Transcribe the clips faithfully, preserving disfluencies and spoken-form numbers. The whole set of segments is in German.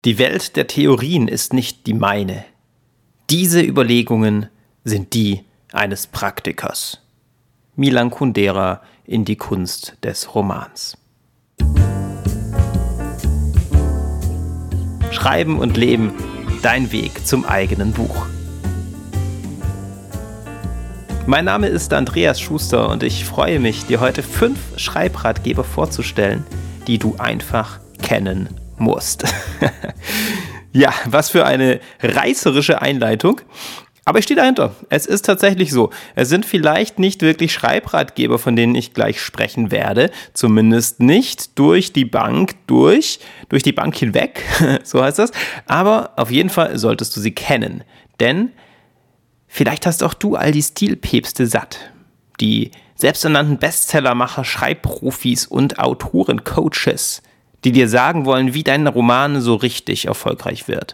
Die Welt der Theorien ist nicht die meine. Diese Überlegungen sind die eines Praktikers. Milan Kundera in die Kunst des Romans. Schreiben und Leben, dein Weg zum eigenen Buch. Mein Name ist Andreas Schuster und ich freue mich, dir heute fünf Schreibratgeber vorzustellen, die du einfach kennen musst. Ja, was für eine reißerische Einleitung. Aber ich stehe dahinter. Es ist tatsächlich so. Es sind vielleicht nicht wirklich Schreibratgeber, von denen ich gleich sprechen werde. Zumindest nicht durch die Bank durch, durch die Bank hinweg, so heißt das. Aber auf jeden Fall solltest du sie kennen. Denn vielleicht hast auch du all die Stilpäpste satt. Die selbsternannten Bestsellermacher, Schreibprofis und Autorencoaches, die dir sagen wollen, wie dein Roman so richtig erfolgreich wird.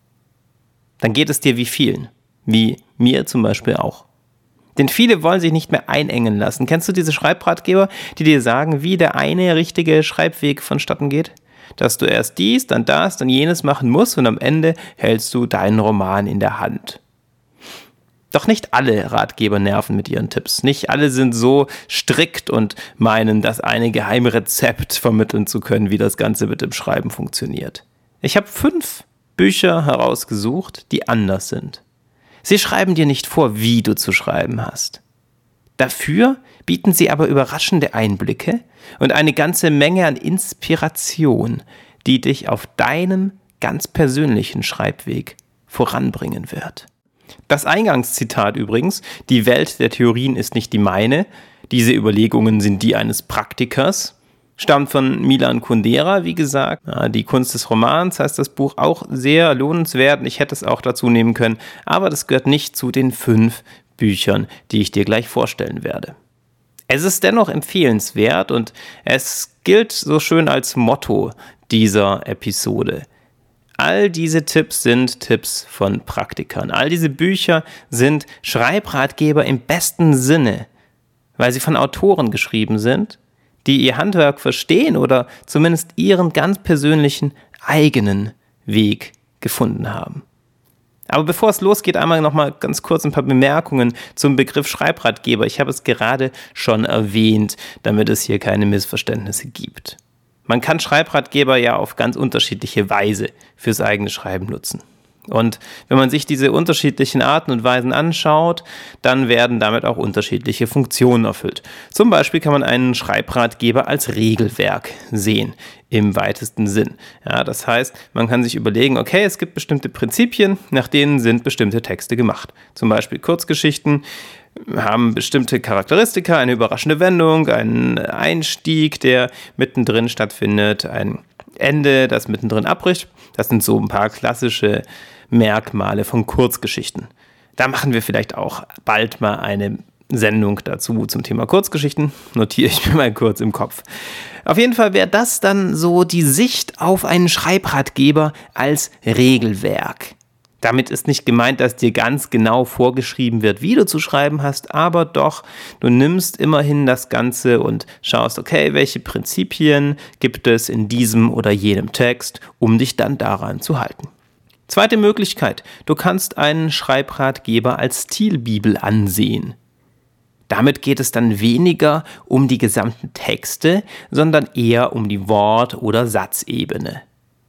Dann geht es dir wie vielen. Wie mir zum Beispiel auch. Denn viele wollen sich nicht mehr einengen lassen. Kennst du diese Schreibratgeber, die dir sagen, wie der eine richtige Schreibweg vonstatten geht? Dass du erst dies, dann das, dann jenes machen musst und am Ende hältst du deinen Roman in der Hand. Doch nicht alle Ratgeber nerven mit ihren Tipps. Nicht alle sind so strikt und meinen, das eine geheime Rezept vermitteln zu können, wie das Ganze mit dem Schreiben funktioniert. Ich habe fünf Bücher herausgesucht, die anders sind. Sie schreiben dir nicht vor, wie du zu schreiben hast. Dafür bieten sie aber überraschende Einblicke und eine ganze Menge an Inspiration, die dich auf deinem ganz persönlichen Schreibweg voranbringen wird. Das Eingangszitat übrigens, die Welt der Theorien ist nicht die meine, diese Überlegungen sind die eines Praktikers, stammt von Milan Kundera, wie gesagt. Ja, die Kunst des Romans heißt das Buch, auch sehr lohnenswert. Ich hätte es auch dazu nehmen können, aber das gehört nicht zu den fünf Büchern, die ich dir gleich vorstellen werde. Es ist dennoch empfehlenswert und es gilt so schön als Motto dieser Episode. All diese Tipps sind Tipps von Praktikern. All diese Bücher sind Schreibratgeber im besten Sinne, weil sie von Autoren geschrieben sind, die ihr Handwerk verstehen oder zumindest ihren ganz persönlichen eigenen Weg gefunden haben. Aber bevor es losgeht, einmal noch mal ganz kurz ein paar Bemerkungen zum Begriff Schreibratgeber. Ich habe es gerade schon erwähnt, damit es hier keine Missverständnisse gibt. Man kann Schreibratgeber ja auf ganz unterschiedliche Weise fürs eigene Schreiben nutzen. Und wenn man sich diese unterschiedlichen Arten und Weisen anschaut, dann werden damit auch unterschiedliche Funktionen erfüllt. Zum Beispiel kann man einen Schreibratgeber als Regelwerk sehen, im weitesten Sinn. Ja, das heißt, man kann sich überlegen, okay, es gibt bestimmte Prinzipien, nach denen sind bestimmte Texte gemacht. Zum Beispiel Kurzgeschichten haben bestimmte Charakteristika, eine überraschende Wendung, einen Einstieg, der mittendrin stattfindet, ein Ende, das mittendrin abbricht. Das sind so ein paar klassische Merkmale von Kurzgeschichten. Da machen wir vielleicht auch bald mal eine Sendung dazu zum Thema Kurzgeschichten. Notiere ich mir mal kurz im Kopf. Auf jeden Fall wäre das dann so die Sicht auf einen Schreibratgeber als Regelwerk. Damit ist nicht gemeint, dass dir ganz genau vorgeschrieben wird, wie du zu schreiben hast, aber doch, du nimmst immerhin das Ganze und schaust, okay, welche Prinzipien gibt es in diesem oder jenem Text, um dich dann daran zu halten. Zweite Möglichkeit, du kannst einen Schreibratgeber als Stilbibel ansehen. Damit geht es dann weniger um die gesamten Texte, sondern eher um die Wort- oder Satzebene.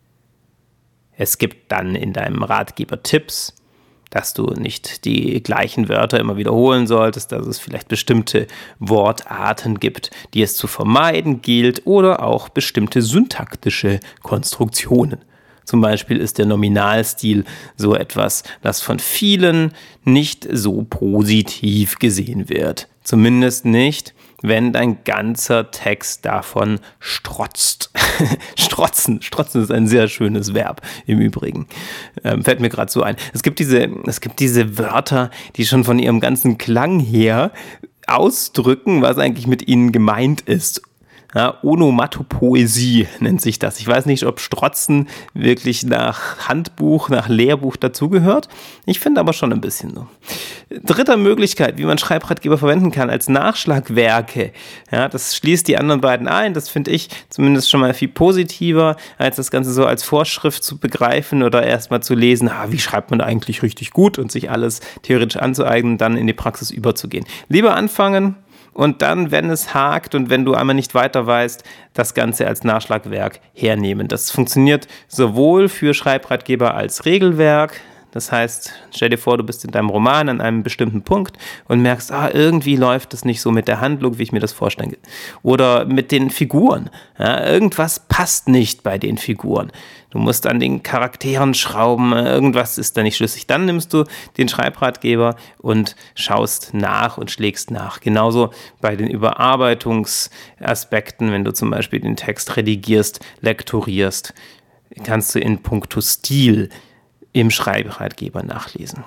Es gibt dann in deinem Ratgeber Tipps, dass du nicht die gleichen Wörter immer wiederholen solltest, dass es vielleicht bestimmte Wortarten gibt, die es zu vermeiden gilt oder auch bestimmte syntaktische Konstruktionen. Zum Beispiel ist der Nominalstil so etwas, das von vielen nicht so positiv gesehen wird. Zumindest nicht, wenn dein ganzer Text davon strotzt. Strotzen. Strotzen ist ein sehr schönes Verb im Übrigen. Ähm, fällt mir gerade so ein. Es gibt diese, es gibt diese Wörter, die schon von ihrem ganzen Klang her ausdrücken, was eigentlich mit ihnen gemeint ist. Ja, Onomatopoesie nennt sich das. Ich weiß nicht, ob Strotzen wirklich nach Handbuch, nach Lehrbuch dazugehört. Ich finde aber schon ein bisschen so. Dritte Möglichkeit, wie man Schreibratgeber verwenden kann, als Nachschlagwerke. Ja, das schließt die anderen beiden ein. Das finde ich zumindest schon mal viel positiver, als das Ganze so als Vorschrift zu begreifen oder erstmal zu lesen, ah, wie schreibt man eigentlich richtig gut und sich alles theoretisch anzueignen, dann in die Praxis überzugehen. Lieber anfangen. Und dann, wenn es hakt und wenn du einmal nicht weiter weißt, das Ganze als Nachschlagwerk hernehmen. Das funktioniert sowohl für Schreibratgeber als Regelwerk. Das heißt, stell dir vor, du bist in deinem Roman an einem bestimmten Punkt und merkst, ah, irgendwie läuft es nicht so mit der Handlung, wie ich mir das vorstelle. Oder mit den Figuren. Ja, irgendwas passt nicht bei den Figuren. Du musst an den Charakteren schrauben, irgendwas ist da nicht schlüssig. Dann nimmst du den Schreibratgeber und schaust nach und schlägst nach. Genauso bei den Überarbeitungsaspekten, wenn du zum Beispiel den Text redigierst, lektorierst, kannst du in puncto Stil im Schreibratgeber nachlesen.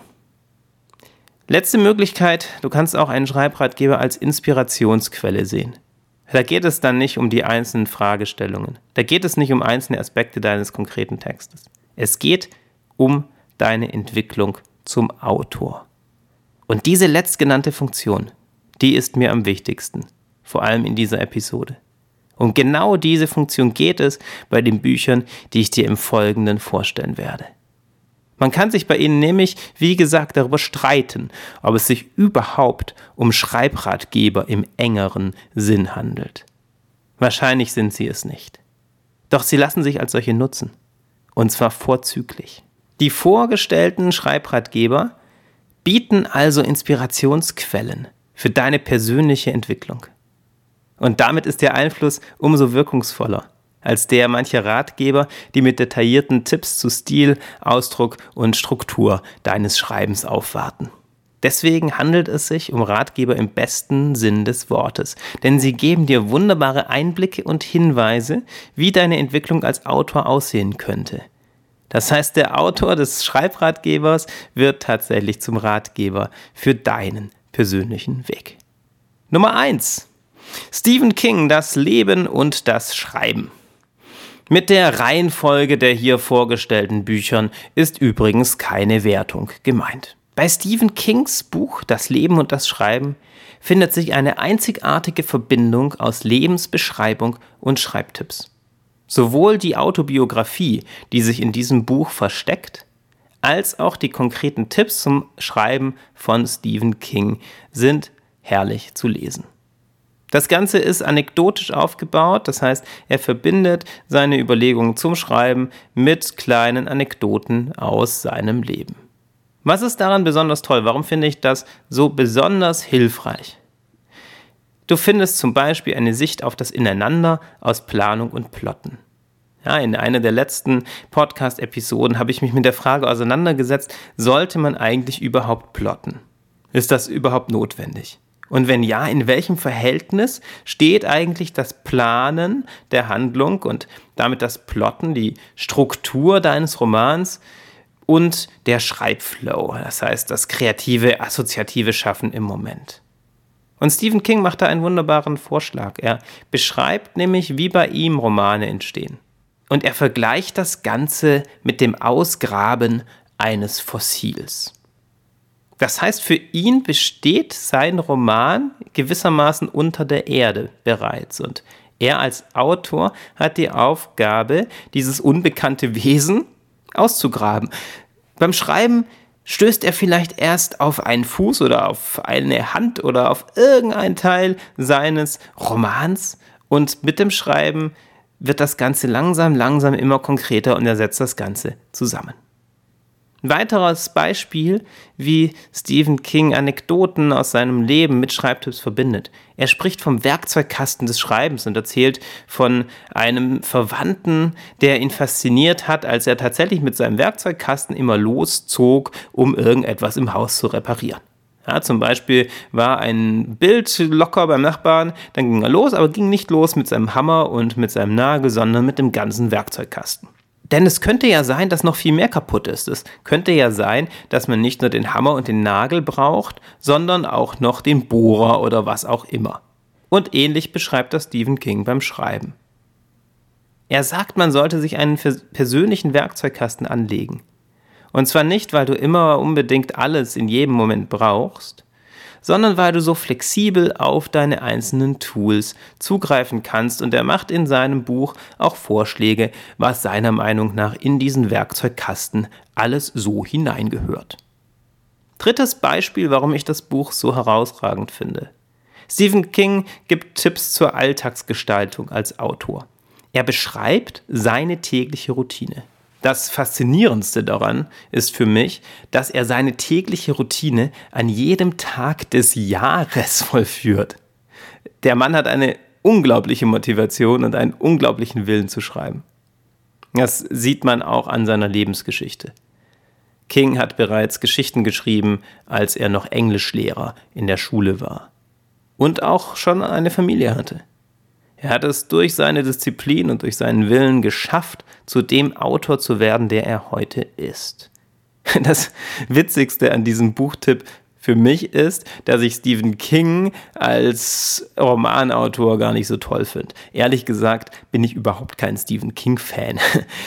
Letzte Möglichkeit, du kannst auch einen Schreibratgeber als Inspirationsquelle sehen. Da geht es dann nicht um die einzelnen Fragestellungen. Da geht es nicht um einzelne Aspekte deines konkreten Textes. Es geht um deine Entwicklung zum Autor. Und diese letztgenannte Funktion, die ist mir am wichtigsten, vor allem in dieser Episode. Um genau diese Funktion geht es bei den Büchern, die ich dir im Folgenden vorstellen werde. Man kann sich bei ihnen nämlich, wie gesagt, darüber streiten, ob es sich überhaupt um Schreibratgeber im engeren Sinn handelt. Wahrscheinlich sind sie es nicht. Doch sie lassen sich als solche nutzen. Und zwar vorzüglich. Die vorgestellten Schreibratgeber bieten also Inspirationsquellen für deine persönliche Entwicklung. Und damit ist der Einfluss umso wirkungsvoller als der mancher Ratgeber, die mit detaillierten Tipps zu Stil, Ausdruck und Struktur deines Schreibens aufwarten. Deswegen handelt es sich um Ratgeber im besten Sinn des Wortes, denn sie geben dir wunderbare Einblicke und Hinweise, wie deine Entwicklung als Autor aussehen könnte. Das heißt, der Autor des Schreibratgebers wird tatsächlich zum Ratgeber für deinen persönlichen Weg. Nummer eins. Stephen King, das Leben und das Schreiben. Mit der Reihenfolge der hier vorgestellten Büchern ist übrigens keine Wertung gemeint. Bei Stephen Kings Buch Das Leben und das Schreiben findet sich eine einzigartige Verbindung aus Lebensbeschreibung und Schreibtipps. Sowohl die Autobiografie, die sich in diesem Buch versteckt, als auch die konkreten Tipps zum Schreiben von Stephen King sind herrlich zu lesen. Das Ganze ist anekdotisch aufgebaut, das heißt, er verbindet seine Überlegungen zum Schreiben mit kleinen Anekdoten aus seinem Leben. Was ist daran besonders toll? Warum finde ich das so besonders hilfreich? Du findest zum Beispiel eine Sicht auf das Ineinander aus Planung und Plotten. Ja, in einer der letzten Podcast-Episoden habe ich mich mit der Frage auseinandergesetzt, sollte man eigentlich überhaupt plotten? Ist das überhaupt notwendig? Und wenn ja, in welchem Verhältnis steht eigentlich das Planen der Handlung und damit das Plotten, die Struktur deines Romans und der Schreibflow, das heißt das kreative, assoziative Schaffen im Moment? Und Stephen King macht da einen wunderbaren Vorschlag. Er beschreibt nämlich, wie bei ihm Romane entstehen. Und er vergleicht das Ganze mit dem Ausgraben eines Fossils. Das heißt, für ihn besteht sein Roman gewissermaßen unter der Erde bereits. Und er als Autor hat die Aufgabe, dieses unbekannte Wesen auszugraben. Beim Schreiben stößt er vielleicht erst auf einen Fuß oder auf eine Hand oder auf irgendein Teil seines Romans. Und mit dem Schreiben wird das Ganze langsam, langsam immer konkreter und er setzt das Ganze zusammen. Ein weiteres Beispiel, wie Stephen King Anekdoten aus seinem Leben mit Schreibtipps verbindet. Er spricht vom Werkzeugkasten des Schreibens und erzählt von einem Verwandten, der ihn fasziniert hat, als er tatsächlich mit seinem Werkzeugkasten immer loszog, um irgendetwas im Haus zu reparieren. Ja, zum Beispiel war ein Bild locker beim Nachbarn, dann ging er los, aber ging nicht los mit seinem Hammer und mit seinem Nagel, sondern mit dem ganzen Werkzeugkasten. Denn es könnte ja sein, dass noch viel mehr kaputt ist. Es könnte ja sein, dass man nicht nur den Hammer und den Nagel braucht, sondern auch noch den Bohrer oder was auch immer. Und ähnlich beschreibt das Stephen King beim Schreiben. Er sagt, man sollte sich einen persönlichen Werkzeugkasten anlegen. Und zwar nicht, weil du immer unbedingt alles in jedem Moment brauchst, sondern weil du so flexibel auf deine einzelnen Tools zugreifen kannst. Und er macht in seinem Buch auch Vorschläge, was seiner Meinung nach in diesen Werkzeugkasten alles so hineingehört. Drittes Beispiel, warum ich das Buch so herausragend finde. Stephen King gibt Tipps zur Alltagsgestaltung als Autor. Er beschreibt seine tägliche Routine. Das Faszinierendste daran ist für mich, dass er seine tägliche Routine an jedem Tag des Jahres vollführt. Der Mann hat eine unglaubliche Motivation und einen unglaublichen Willen zu schreiben. Das sieht man auch an seiner Lebensgeschichte. King hat bereits Geschichten geschrieben, als er noch Englischlehrer in der Schule war. Und auch schon eine Familie hatte. Er hat es durch seine Disziplin und durch seinen Willen geschafft, zu dem Autor zu werden, der er heute ist. Das Witzigste an diesem Buchtipp für mich ist, dass ich Stephen King als Romanautor gar nicht so toll finde. Ehrlich gesagt bin ich überhaupt kein Stephen King-Fan.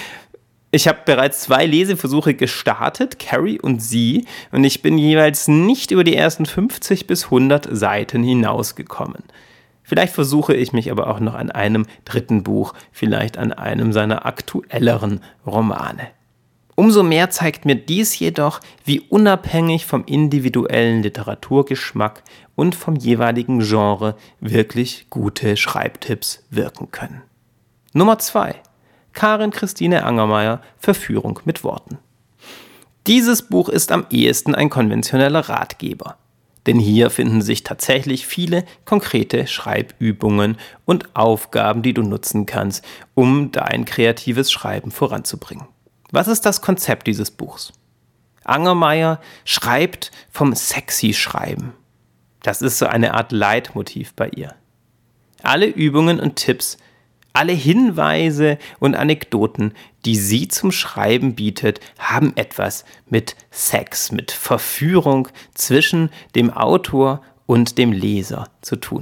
Ich habe bereits zwei Leseversuche gestartet, Carrie und Sie, und ich bin jeweils nicht über die ersten fünfzig bis hundert Seiten hinausgekommen. Vielleicht versuche ich mich aber auch noch an einem dritten Buch, vielleicht an einem seiner aktuelleren Romane. Umso mehr zeigt mir dies jedoch, wie unabhängig vom individuellen Literaturgeschmack und vom jeweiligen Genre wirklich gute Schreibtipps wirken können. Nummer zwei. Karin Christine Angermayer, Verführung mit Worten. Dieses Buch ist am ehesten ein konventioneller Ratgeber. Denn hier finden sich tatsächlich viele konkrete Schreibübungen und Aufgaben, die du nutzen kannst, um dein kreatives Schreiben voranzubringen. Was ist das Konzept dieses Buchs? Angermayer schreibt vom sexy Schreiben. Das ist so eine Art Leitmotiv bei ihr. Alle Übungen und Tipps, alle Hinweise und Anekdoten, die sie zum Schreiben bietet, haben etwas mit Sex, mit Verführung zwischen dem Autor und dem Leser zu tun.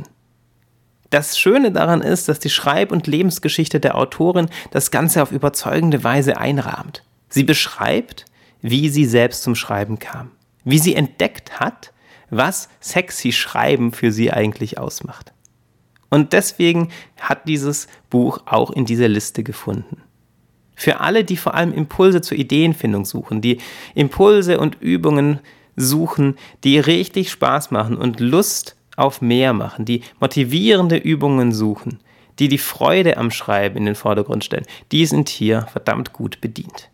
Das Schöne daran ist, dass die Schreib- und Lebensgeschichte der Autorin das Ganze auf überzeugende Weise einrahmt. Sie beschreibt, wie sie selbst zum Schreiben kam, wie sie entdeckt hat, was sexy Schreiben für sie eigentlich ausmacht. Und deswegen hat dieses Buch auch in dieser Liste gefunden. Für alle, die vor allem Impulse zur Ideenfindung suchen, die Impulse und Übungen suchen, die richtig Spaß machen und Lust auf mehr machen, die motivierende Übungen suchen, die die Freude am Schreiben in den Vordergrund stellen, die sind hier verdammt gut bedient.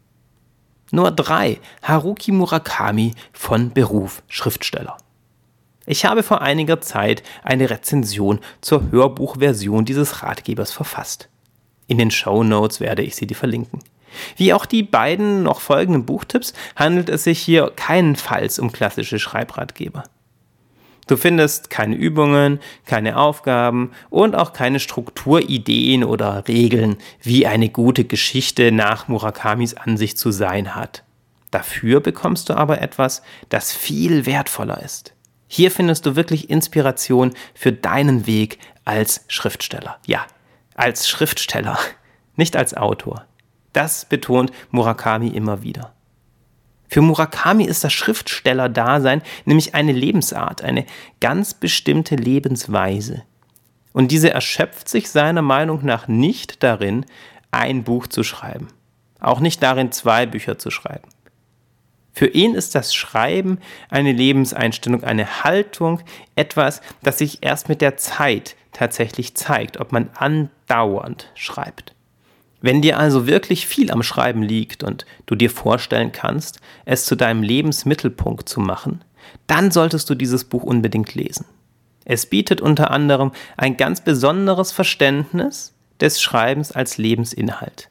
Nummer drei. Haruki Murakami, von Beruf Schriftsteller. Ich habe vor einiger Zeit eine Rezension zur Hörbuchversion dieses Ratgebers verfasst. In den Shownotes werde ich sie dir verlinken. Wie auch die beiden noch folgenden Buchtipps handelt es sich hier keinenfalls um klassische Schreibratgeber. Du findest keine Übungen, keine Aufgaben und auch keine Strukturideen oder Regeln, wie eine gute Geschichte nach Murakamis Ansicht zu sein hat. Dafür bekommst du aber etwas, das viel wertvoller ist. Hier findest du wirklich Inspiration für deinen Weg als Schriftsteller. Ja, als Schriftsteller, nicht als Autor. Das betont Murakami immer wieder. Für Murakami ist das Schriftstellerdasein nämlich eine Lebensart, eine ganz bestimmte Lebensweise. Und diese erschöpft sich seiner Meinung nach nicht darin, ein Buch zu schreiben. Auch nicht darin, zwei Bücher zu schreiben. Für ihn ist das Schreiben eine Lebenseinstellung, eine Haltung, etwas, das sich erst mit der Zeit tatsächlich zeigt, ob man andauernd schreibt. Wenn dir also wirklich viel am Schreiben liegt und du dir vorstellen kannst, es zu deinem Lebensmittelpunkt zu machen, dann solltest du dieses Buch unbedingt lesen. Es bietet unter anderem ein ganz besonderes Verständnis des Schreibens als Lebensinhalt.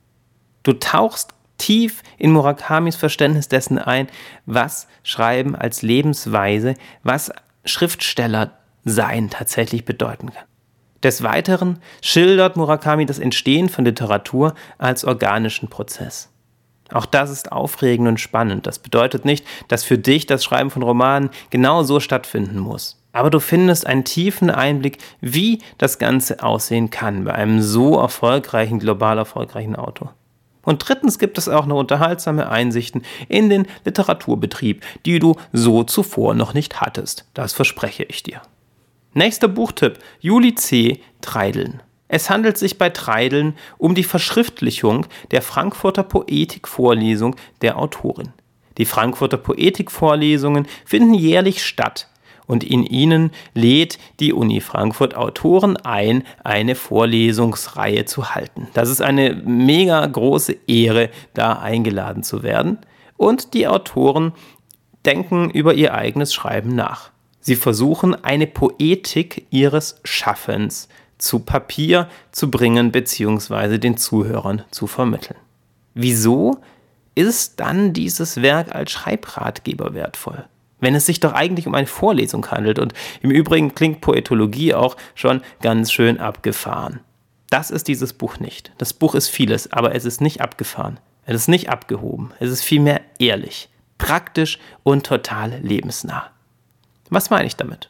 Du tauchst tief in Murakamis Verständnis dessen ein, was Schreiben als Lebensweise, was Schriftstellersein tatsächlich bedeuten kann. Des Weiteren schildert Murakami das Entstehen von Literatur als organischen Prozess. Auch das ist aufregend und spannend. Das bedeutet nicht, dass für dich das Schreiben von Romanen genau so stattfinden muss. Aber du findest einen tiefen Einblick, wie das Ganze aussehen kann bei einem so erfolgreichen, global erfolgreichen Autor. Und drittens gibt es auch noch unterhaltsame Einsichten in den Literaturbetrieb, die du so zuvor noch nicht hattest. Das verspreche ich dir. Nächster Buchtipp: Julie C. Treideln. Es handelt sich bei Treideln um die Verschriftlichung der Frankfurter Poetikvorlesung der Autorin. Die Frankfurter Poetikvorlesungen finden jährlich statt und in ihnen lädt die Uni Frankfurt Autoren ein, eine Vorlesungsreihe zu halten. Das ist eine mega große Ehre, da eingeladen zu werden. Und die Autoren denken über ihr eigenes Schreiben nach. Sie versuchen, eine Poetik ihres Schaffens zu Papier zu bringen bzw. den Zuhörern zu vermitteln. Wieso ist dann dieses Werk als Schreibratgeber wertvoll? Wenn es sich doch eigentlich um eine Vorlesung handelt, und im Übrigen klingt Poetologie auch schon ganz schön abgefahren. Das ist dieses Buch nicht. Das Buch ist vieles, aber es ist nicht abgefahren. Es ist nicht abgehoben. Es ist vielmehr ehrlich, praktisch und total lebensnah. Was meine ich damit?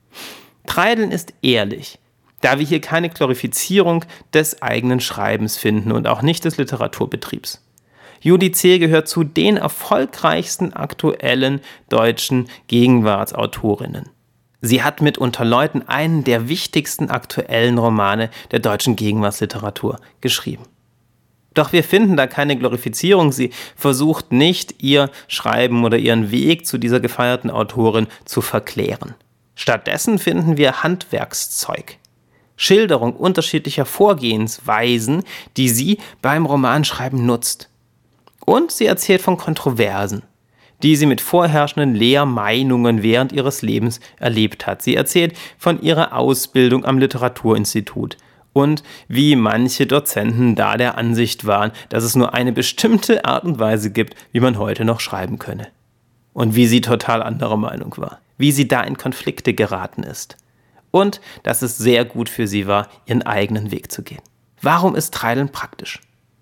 Treideln ist ehrlich, da wir hier keine Glorifizierung des eigenen Schreibens finden und auch nicht des Literaturbetriebs. Julie C. gehört zu den erfolgreichsten aktuellen deutschen Gegenwartsautorinnen. Sie hat mit Unter Leuten einen der wichtigsten aktuellen Romane der deutschen Gegenwartsliteratur geschrieben. Doch wir finden da keine Glorifizierung. Sie versucht nicht, ihr Schreiben oder ihren Weg zu dieser gefeierten Autorin zu verklären. Stattdessen finden wir Handwerkszeug. Schilderung unterschiedlicher Vorgehensweisen, die sie beim Romanschreiben nutzt. Und sie erzählt von Kontroversen, die sie mit vorherrschenden Lehrmeinungen während ihres Lebens erlebt hat. Sie erzählt von ihrer Ausbildung am Literaturinstitut und wie manche Dozenten da der Ansicht waren, dass es nur eine bestimmte Art und Weise gibt, wie man heute noch schreiben könne. Und wie sie total anderer Meinung war, wie sie da in Konflikte geraten ist. Und dass es sehr gut für sie war, ihren eigenen Weg zu gehen. Warum ist Treideln praktisch?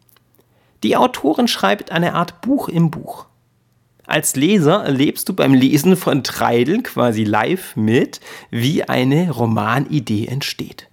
Die Autorin schreibt eine Art Buch im Buch. Als Leser erlebst du beim Lesen von Treideln quasi live mit, wie eine Romanidee entsteht.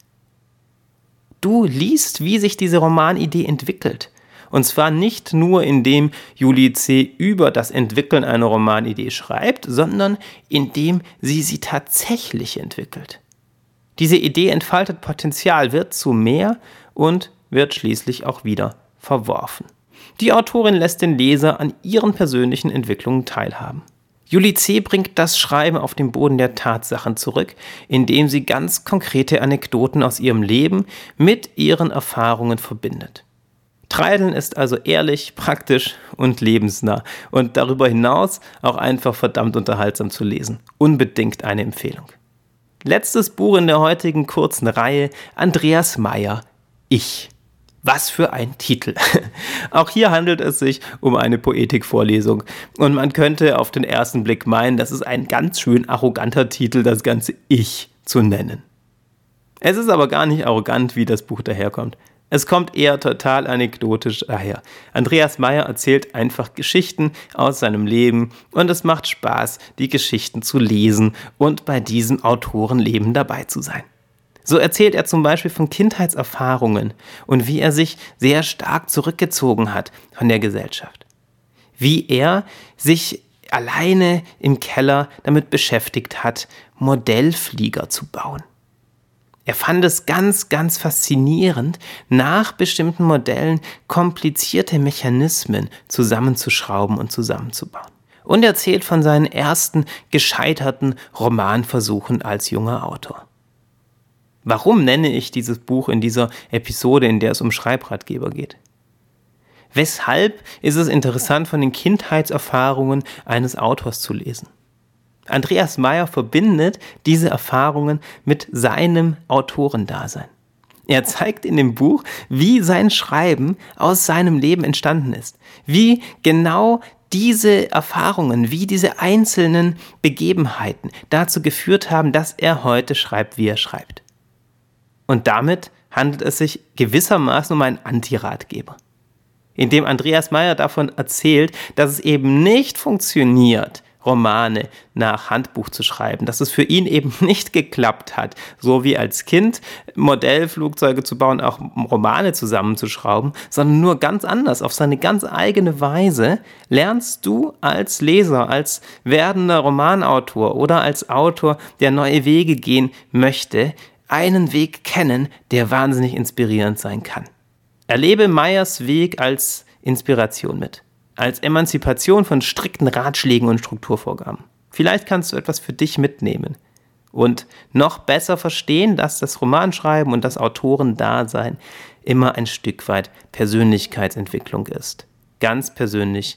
Du liest, wie sich diese Romanidee entwickelt. Und zwar nicht nur, indem Julie C. über das Entwickeln einer Romanidee schreibt, sondern indem sie sie tatsächlich entwickelt. Diese Idee entfaltet Potenzial, wird zu mehr und wird schließlich auch wieder verworfen. Die Autorin lässt den Leser an ihren persönlichen Entwicklungen teilhaben. Julie C. bringt das Schreiben auf den Boden der Tatsachen zurück, indem sie ganz konkrete Anekdoten aus ihrem Leben mit ihren Erfahrungen verbindet. Treideln ist also ehrlich, praktisch und lebensnah und darüber hinaus auch einfach verdammt unterhaltsam zu lesen. Unbedingt eine Empfehlung. Letztes Buch in der heutigen kurzen Reihe: Andreas Maier, Ich. Was für ein Titel. Auch hier handelt es sich um eine Poetikvorlesung. Und man könnte auf den ersten Blick meinen, das ist ein ganz schön arroganter Titel, das ganze Ich zu nennen. Es ist aber gar nicht arrogant, wie das Buch daherkommt. Es kommt eher total anekdotisch daher. Andreas Maier erzählt einfach Geschichten aus seinem Leben und es macht Spaß, die Geschichten zu lesen und bei diesem Autorenleben dabei zu sein. So erzählt er zum Beispiel von Kindheitserfahrungen und wie er sich sehr stark zurückgezogen hat von der Gesellschaft. Wie er sich alleine im Keller damit beschäftigt hat, Modellflieger zu bauen. Er fand es ganz, ganz faszinierend, nach bestimmten Modellen komplizierte Mechanismen zusammenzuschrauben und zusammenzubauen. Und er erzählt von seinen ersten gescheiterten Romanversuchen als junger Autor. Warum nenne ich dieses Buch in dieser Episode, in der es um Schreibratgeber geht? Weshalb ist es interessant, von den Kindheitserfahrungen eines Autors zu lesen? Andreas Maier verbindet diese Erfahrungen mit seinem Autorendasein. Er zeigt in dem Buch, wie sein Schreiben aus seinem Leben entstanden ist, wie genau diese Erfahrungen, wie diese einzelnen Begebenheiten dazu geführt haben, dass er heute schreibt, wie er schreibt. Und damit handelt es sich gewissermaßen um einen Anti-Ratgeber, in dem Andreas Maier davon erzählt, dass es eben nicht funktioniert, Romane nach Handbuch zu schreiben, dass es für ihn eben nicht geklappt hat, so wie als Kind Modellflugzeuge zu bauen, auch Romane zusammenzuschrauben, sondern nur ganz anders, auf seine ganz eigene Weise lernst du als Leser, als werdender Romanautor oder als Autor, der neue Wege gehen möchte, einen Weg kennen, der wahnsinnig inspirierend sein kann. Erlebe Meyers Weg als Inspiration mit. Als Emanzipation von strikten Ratschlägen und Strukturvorgaben. Vielleicht kannst du etwas für dich mitnehmen und noch besser verstehen, dass das Romanschreiben und das Autorendasein immer ein Stück weit Persönlichkeitsentwicklung ist. Ganz persönlich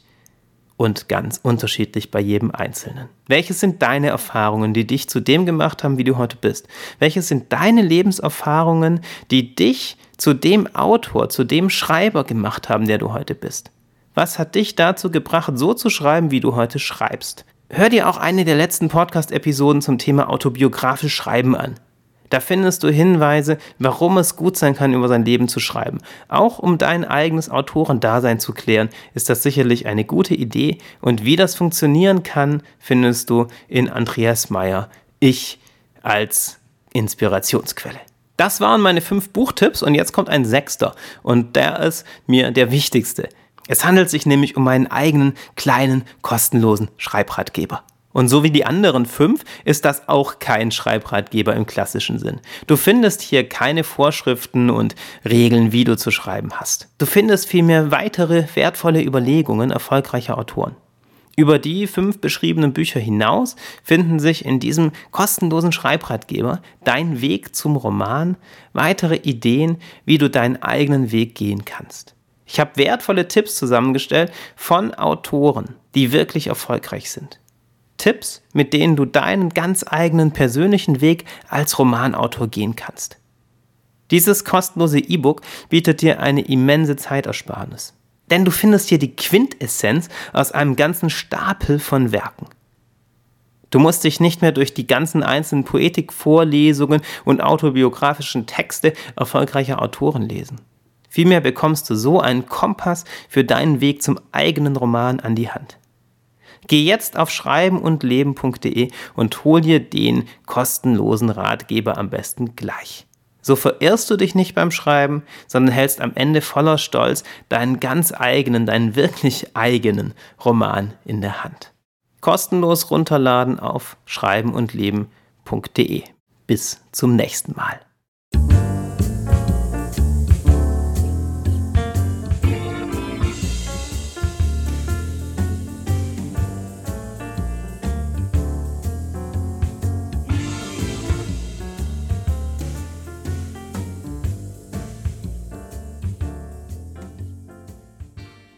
und ganz unterschiedlich bei jedem Einzelnen. Welches sind deine Erfahrungen, die dich zu dem gemacht haben, wie du heute bist? Welches sind deine Lebenserfahrungen, die dich zu dem Autor, zu dem Schreiber gemacht haben, der du heute bist? Was hat dich dazu gebracht, so zu schreiben, wie du heute schreibst? Hör dir auch eine der letzten Podcast-Episoden zum Thema autobiografisch Schreiben an. Da findest du Hinweise, warum es gut sein kann, über sein Leben zu schreiben. Auch um dein eigenes Autorendasein zu klären, ist das sicherlich eine gute Idee. Und wie das funktionieren kann, findest du in Andreas Meier, Ich als Inspirationsquelle. Das waren meine fünf Buchtipps und jetzt kommt ein sechster. Und der ist mir der wichtigste. Es handelt sich nämlich um meinen eigenen, kleinen, kostenlosen Schreibratgeber. Und so wie die anderen fünf ist das auch kein Schreibratgeber im klassischen Sinn. Du findest hier keine Vorschriften und Regeln, wie du zu schreiben hast. Du findest vielmehr weitere wertvolle Überlegungen erfolgreicher Autoren. Über die fünf beschriebenen Bücher hinaus finden sich in diesem kostenlosen Schreibratgeber dein Weg zum Roman, weitere Ideen, wie du deinen eigenen Weg gehen kannst. Ich habe wertvolle Tipps zusammengestellt von Autoren, die wirklich erfolgreich sind. Tipps, mit denen du deinen ganz eigenen persönlichen Weg als Romanautor gehen kannst. Dieses kostenlose E-Book bietet dir eine immense Zeitersparnis. Denn du findest hier die Quintessenz aus einem ganzen Stapel von Werken. Du musst dich nicht mehr durch die ganzen einzelnen Poetikvorlesungen und autobiografischen Texte erfolgreicher Autoren lesen. Vielmehr bekommst du so einen Kompass für deinen Weg zum eigenen Roman an die Hand. Geh jetzt auf schreiben und leben punkt de und hol dir den kostenlosen Ratgeber am besten gleich. So verirrst du dich nicht beim Schreiben, sondern hältst am Ende voller Stolz deinen ganz eigenen, deinen wirklich eigenen Roman in der Hand. Kostenlos runterladen auf schreiben und leben punkt de. Bis zum nächsten Mal.